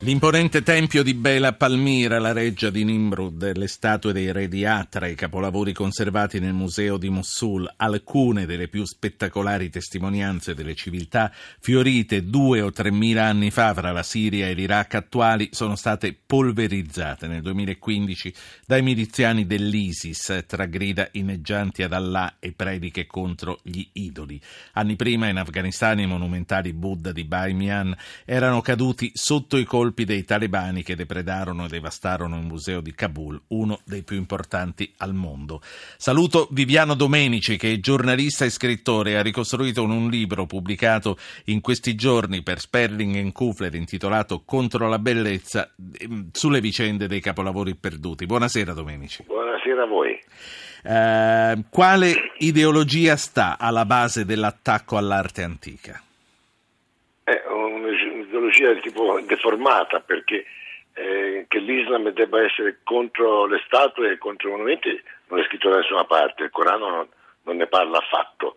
L'imponente tempio di Bela a Palmira, la reggia di Nimrud, le statue dei re di Atra, i capolavori conservati nel museo di Mossul, alcune delle più spettacolari testimonianze delle civiltà fiorite 2 o 3 mila anni fa fra la Siria e l'Iraq attuali sono state polverizzate nel 2015 dai miliziani dell'ISIS tra grida inneggianti ad Allah e prediche contro gli idoli. Anni prima in Afghanistan i monumentali Buddha di Bamiyan erano caduti sotto i colpi dei talebani che depredarono e devastarono il museo di Kabul, uno dei più importanti al mondo. Saluto Viviano Domenici, che è giornalista e scrittore, ha ricostruito in un libro pubblicato in questi giorni per Sperling & Kufler intitolato Contro la bellezza, sulle vicende dei capolavori perduti. Buonasera Domenici. Buonasera a voi. Quale ideologia sta alla base dell'attacco all'arte antica? Un'ideologia di tipo deformata, perché che l'Islam debba essere contro le statue e contro i monumenti non è scritto da nessuna parte, il Corano non ne parla affatto.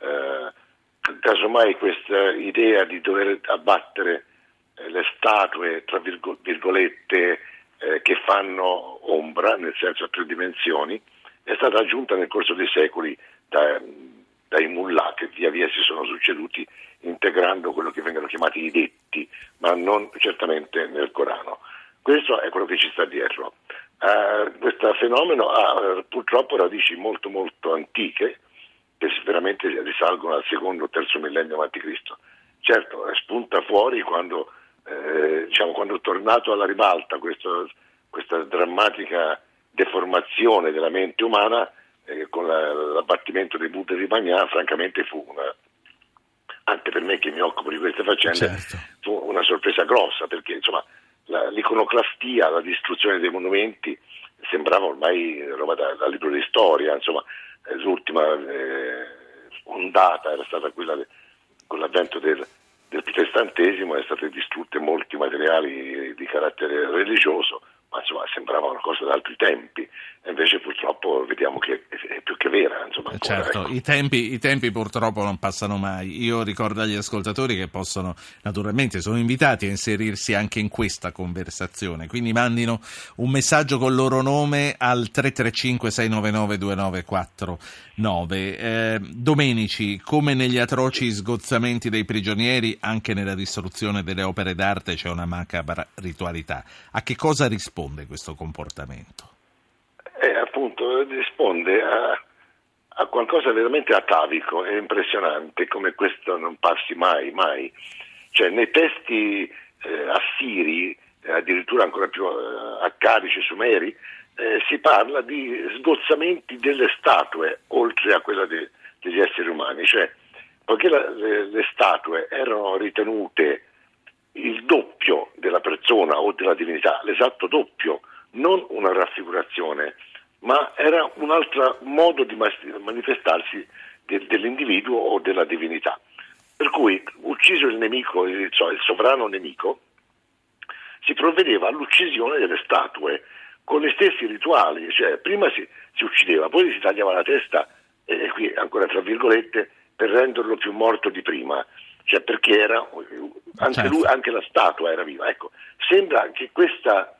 Casomai questa idea di dover abbattere le statue, tra virgolette, che fanno ombra, nel senso a 3 dimensioni, è stata aggiunta nel corso dei secoli dai mullah che via via si sono succeduti, integrando quello che vengono chiamati i detti, ma non certamente nel Corano. Questo è quello che ci sta dietro. Questo fenomeno ha purtroppo radici molto molto antiche, che veramente risalgono al secondo o terzo millennio a.C. Certo, spunta fuori quando è tornato alla ribalta questa drammatica deformazione della mente umana, con l'abbattimento dei Buddha di Bamiyan. Francamente fu anche per me che mi occupo di queste faccende, certo, fu una sorpresa grossa, perché insomma l'iconoclastia, la distruzione dei monumenti sembrava ormai roba da libro di storia. Insomma, l'ultima ondata era stata quella con l'avvento del protestantesimo, è state distrutte molti materiali di carattere religioso, ma insomma sembrava una cosa da altri tempi, e invece purtroppo vediamo che è più che vera. Insomma, ancora, certo, ecco. I tempi purtroppo non passano mai. Io ricordo agli ascoltatori che possono, naturalmente sono invitati a inserirsi anche in questa conversazione, quindi mandino un messaggio col loro nome al 335 699 2949. Domenici, come negli atroci sgozzamenti dei prigionieri, anche nella distruzione delle opere d'arte c'è una macabra ritualità. A che cosa risponde questo comportamento? Appunto, risponde a qualcosa veramente atavico e impressionante, come questo non passi mai. Cioè, nei testi assiri, addirittura ancora più accadici, sumeri, si parla di sgozzamenti delle statue, oltre a quella degli esseri umani. Cioè, poiché le statue erano ritenute il doppio della persona o della divinità, l'esatto doppio, non una raffigurazione, ma era un altro modo di manifestarsi dell'individuo o della divinità. Per cui, ucciso il nemico, il sovrano nemico, si provvedeva all'uccisione delle statue con gli stessi rituali. Cioè, prima si uccideva, poi si tagliava la testa, e qui ancora tra virgolette, per renderlo più morto di prima, cioè perché era anche lui, anche la statua era viva. Ecco, sembra che questa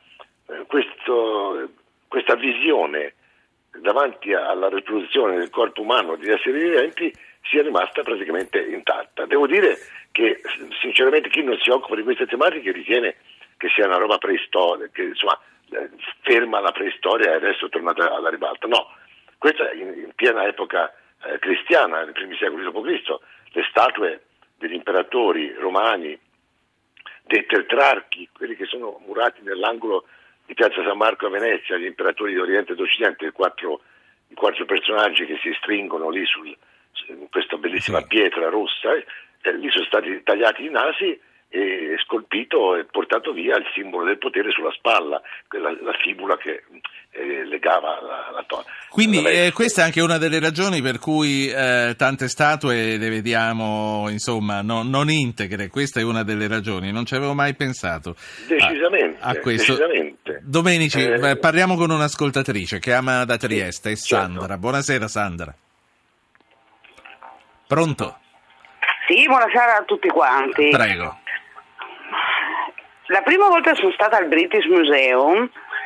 visione davanti alla riproduzione del corpo umano di esseri viventi sia rimasta praticamente intatta. Devo dire che sinceramente chi non si occupa di queste tematiche ritiene che sia una roba preistorica, che insomma ferma la preistoria e adesso è tornata alla ribalta. No, questa è in piena epoca cristiana, nei primi secoli d.C., le statue degli imperatori romani, dei tetrarchi, quelli che sono murati nell'angolo di Piazza San Marco a Venezia, gli imperatori di Oriente ed Occidente, i quattro personaggi che si stringono lì in questa bellissima pietra rossa, lì sono stati tagliati i nasi e scolpito e portato via il simbolo del potere sulla spalla, la fibula che legava la tonna. Quindi questa è anche una delle ragioni per cui tante statue le vediamo insomma non integre. Questa è una delle ragioni, non ci avevo mai pensato a questo. Decisamente. Domenici, parliamo con un'ascoltatrice che ama da Trieste, è Sandra. Certo. Buonasera Sandra. Pronto? Sì, buonasera a tutti quanti. Prego. la prima volta sono stata al British Museum,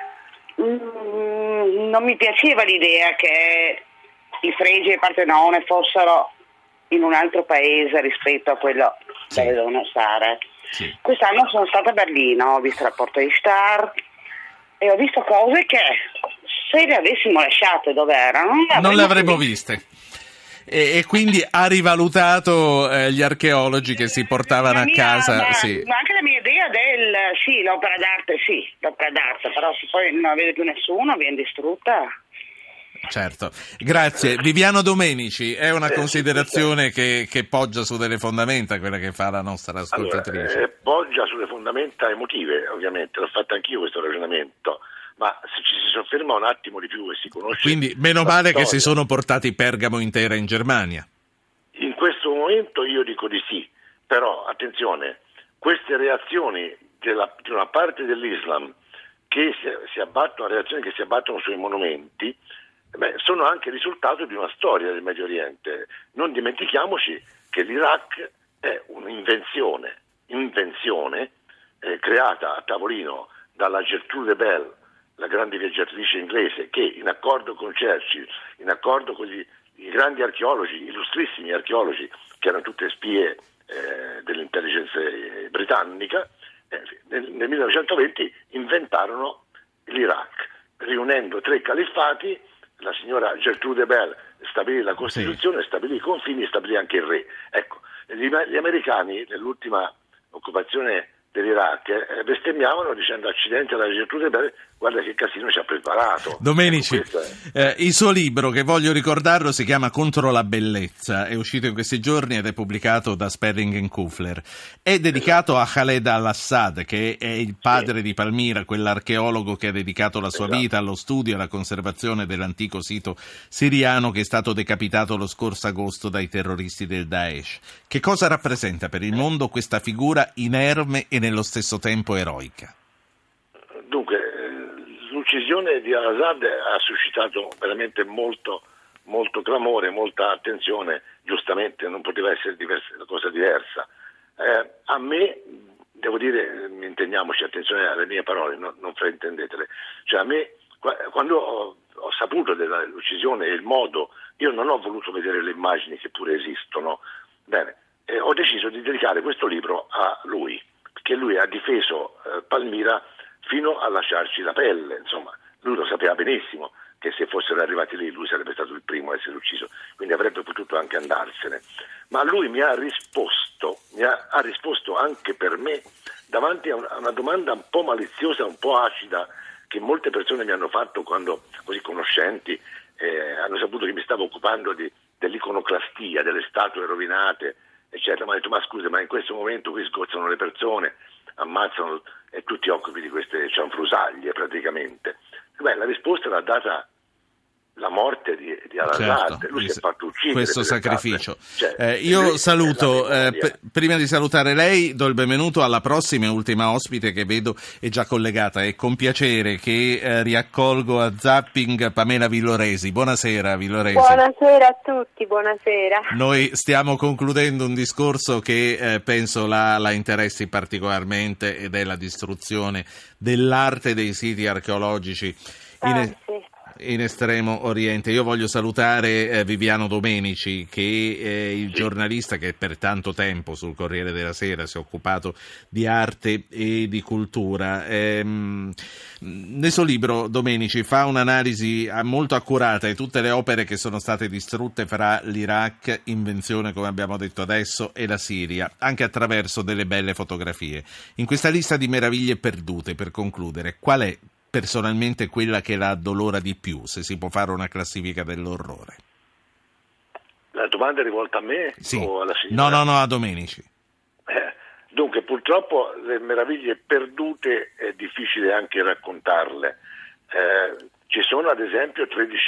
non mi piaceva l'idea che i Fregi e il Partenone fossero in un altro paese rispetto a quello dove devono stare. Sì. Quest'anno sono stata a Berlino, ho visto la Porta di Star e ho visto cose che se le avessimo lasciate dove erano non le avremmo viste. E quindi ha rivalutato gli archeologi che si portavano a casa. Ma Sì. anche la mia idea l'opera d'arte, però se poi non la vede più nessuno viene distrutta. Certo, grazie. Viviano Domenici, è una considerazione che poggia su delle fondamenta, quella che fa la nostra ascoltatrice. Allora, poggia sulle fondamenta emotive, ovviamente, l'ho fatto anch'io questo ragionamento, ma se ci si sofferma un attimo di più e si conosce... Quindi meno male che si sono portati Pergamo intera in Germania. In questo momento io dico di sì, però attenzione, queste reazioni di una parte dell'Islam che si abbattono, reazioni che si abbattono sui monumenti, sono anche il risultato di una storia del Medio Oriente. Non dimentichiamoci che l'Iraq è un'invenzione creata a tavolino dalla Gertrude Bell, la grande viaggiatrice inglese, che in accordo con Churchill, in accordo con i grandi archeologi, illustrissimi archeologi, che erano tutte spie dell'intelligence britannica, nel 1920 inventarono l'Iraq, riunendo 3 califfati. La signora Gertrude Bell stabilì la Costituzione, stabilì i confini e stabilì anche il re. Ecco, gli americani nell'ultima occupazione dell'Iraq bestemmiavano dicendo accidenti alla Gertrude Bell, guarda che casino ci ha preparato. Domenici, Ecco, il suo libro, che voglio ricordarlo, si chiama Contro la bellezza, è uscito in questi giorni ed è pubblicato da Sperling & Kufler. È dedicato a Khaled al-Assad, che è il padre di Palmira, quell'archeologo che ha dedicato la sua vita allo studio e alla conservazione dell'antico sito siriano che è stato decapitato lo scorso agosto dai terroristi del Daesh. Che cosa rappresenta per il mondo questa figura inerme e nello stesso tempo eroica? Dunque, l'uccisione di al-Assad ha suscitato veramente molto clamore, molta attenzione, giustamente non poteva essere una cosa diversa. A me, devo dire, intendiamoci, attenzione alle mie parole, non fraintendetele, cioè a me, quando ho saputo dell'uccisione e il modo, io non ho voluto vedere le immagini che pure esistono, ho deciso di dedicare questo libro a lui, perché lui ha difeso Palmira fino a lasciarci la pelle, insomma, lui lo sapeva benissimo che se fossero arrivati lì lui sarebbe stato il primo a essere ucciso, quindi avrebbe potuto anche andarsene, ma lui mi ha risposto anche per me davanti a una domanda un po' maliziosa, un po' acida, che molte persone mi hanno fatto quando, così conoscenti, hanno saputo che mi stavo occupando dell'iconoclastia, delle statue rovinate, eccetera. Mi ha detto, ma scusa, ma in questo momento qui sgozzano le persone, ammazzano e tu ti occupi di queste cianfrusaglie praticamente. La risposta l'ha data la morte di al-Assad, certo, lui si è fatto uccidere questo sacrificio. Io saluto, prima di salutare lei do il benvenuto alla prossima e ultima ospite che vedo è già collegata, è con piacere che riaccolgo a Zapping Pamela Villoresi. Buonasera Villoresi. Buonasera a tutti, buonasera. Noi stiamo concludendo un discorso che penso la interessi particolarmente, ed è la distruzione dell'arte dei siti archeologici in Estremo Oriente. Io voglio salutare Viviano Domenici, che è il giornalista che per tanto tempo sul Corriere della Sera si è occupato di arte e di cultura. Nel suo libro Domenici fa un'analisi molto accurata di tutte le opere che sono state distrutte fra l'Iraq, invenzione come abbiamo detto adesso, e la Siria, anche attraverso delle belle fotografie. In questa lista di meraviglie perdute, per concludere, qual è personalmente quella che la addolora di più, se si può fare una classifica dell'orrore? La domanda è rivolta a me sì. O alla signora? No, a Domenici. Dunque, purtroppo le meraviglie perdute è difficile anche raccontarle. Ci sono ad esempio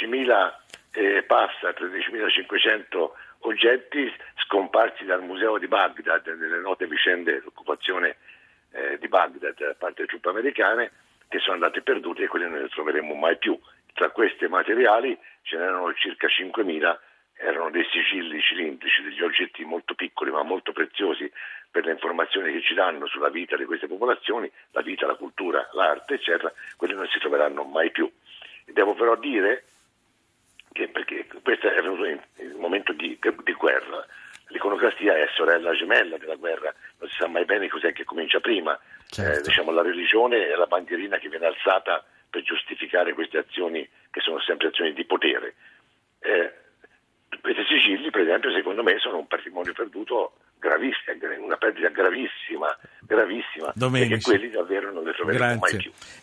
13.500 oggetti scomparsi dal museo di Baghdad, nelle note vicende dell'occupazione di Baghdad da parte delle truppe americane, che sono andate perdute e quelle non le troveremo mai più. Tra questi materiali ce n'erano circa 5.000 erano dei sigilli cilindrici, degli oggetti molto piccoli ma molto preziosi per le informazioni che ci danno sulla vita di queste popolazioni, la vita, la cultura, l'arte, eccetera, quelli non si troveranno mai più. E devo però dire che, perché questo è avvenuto in un momento di guerra, l'iconoclastia è sorella gemella della guerra, non si sa mai bene cos'è che comincia prima. Certo. La religione è la bandierina che viene alzata per giustificare queste azioni che sono sempre azioni di potere. Questi sigilli, per esempio, secondo me sono un patrimonio perduto gravissimo, una perdita gravissima, perché Domenici, quelli davvero non li troveremo mai più.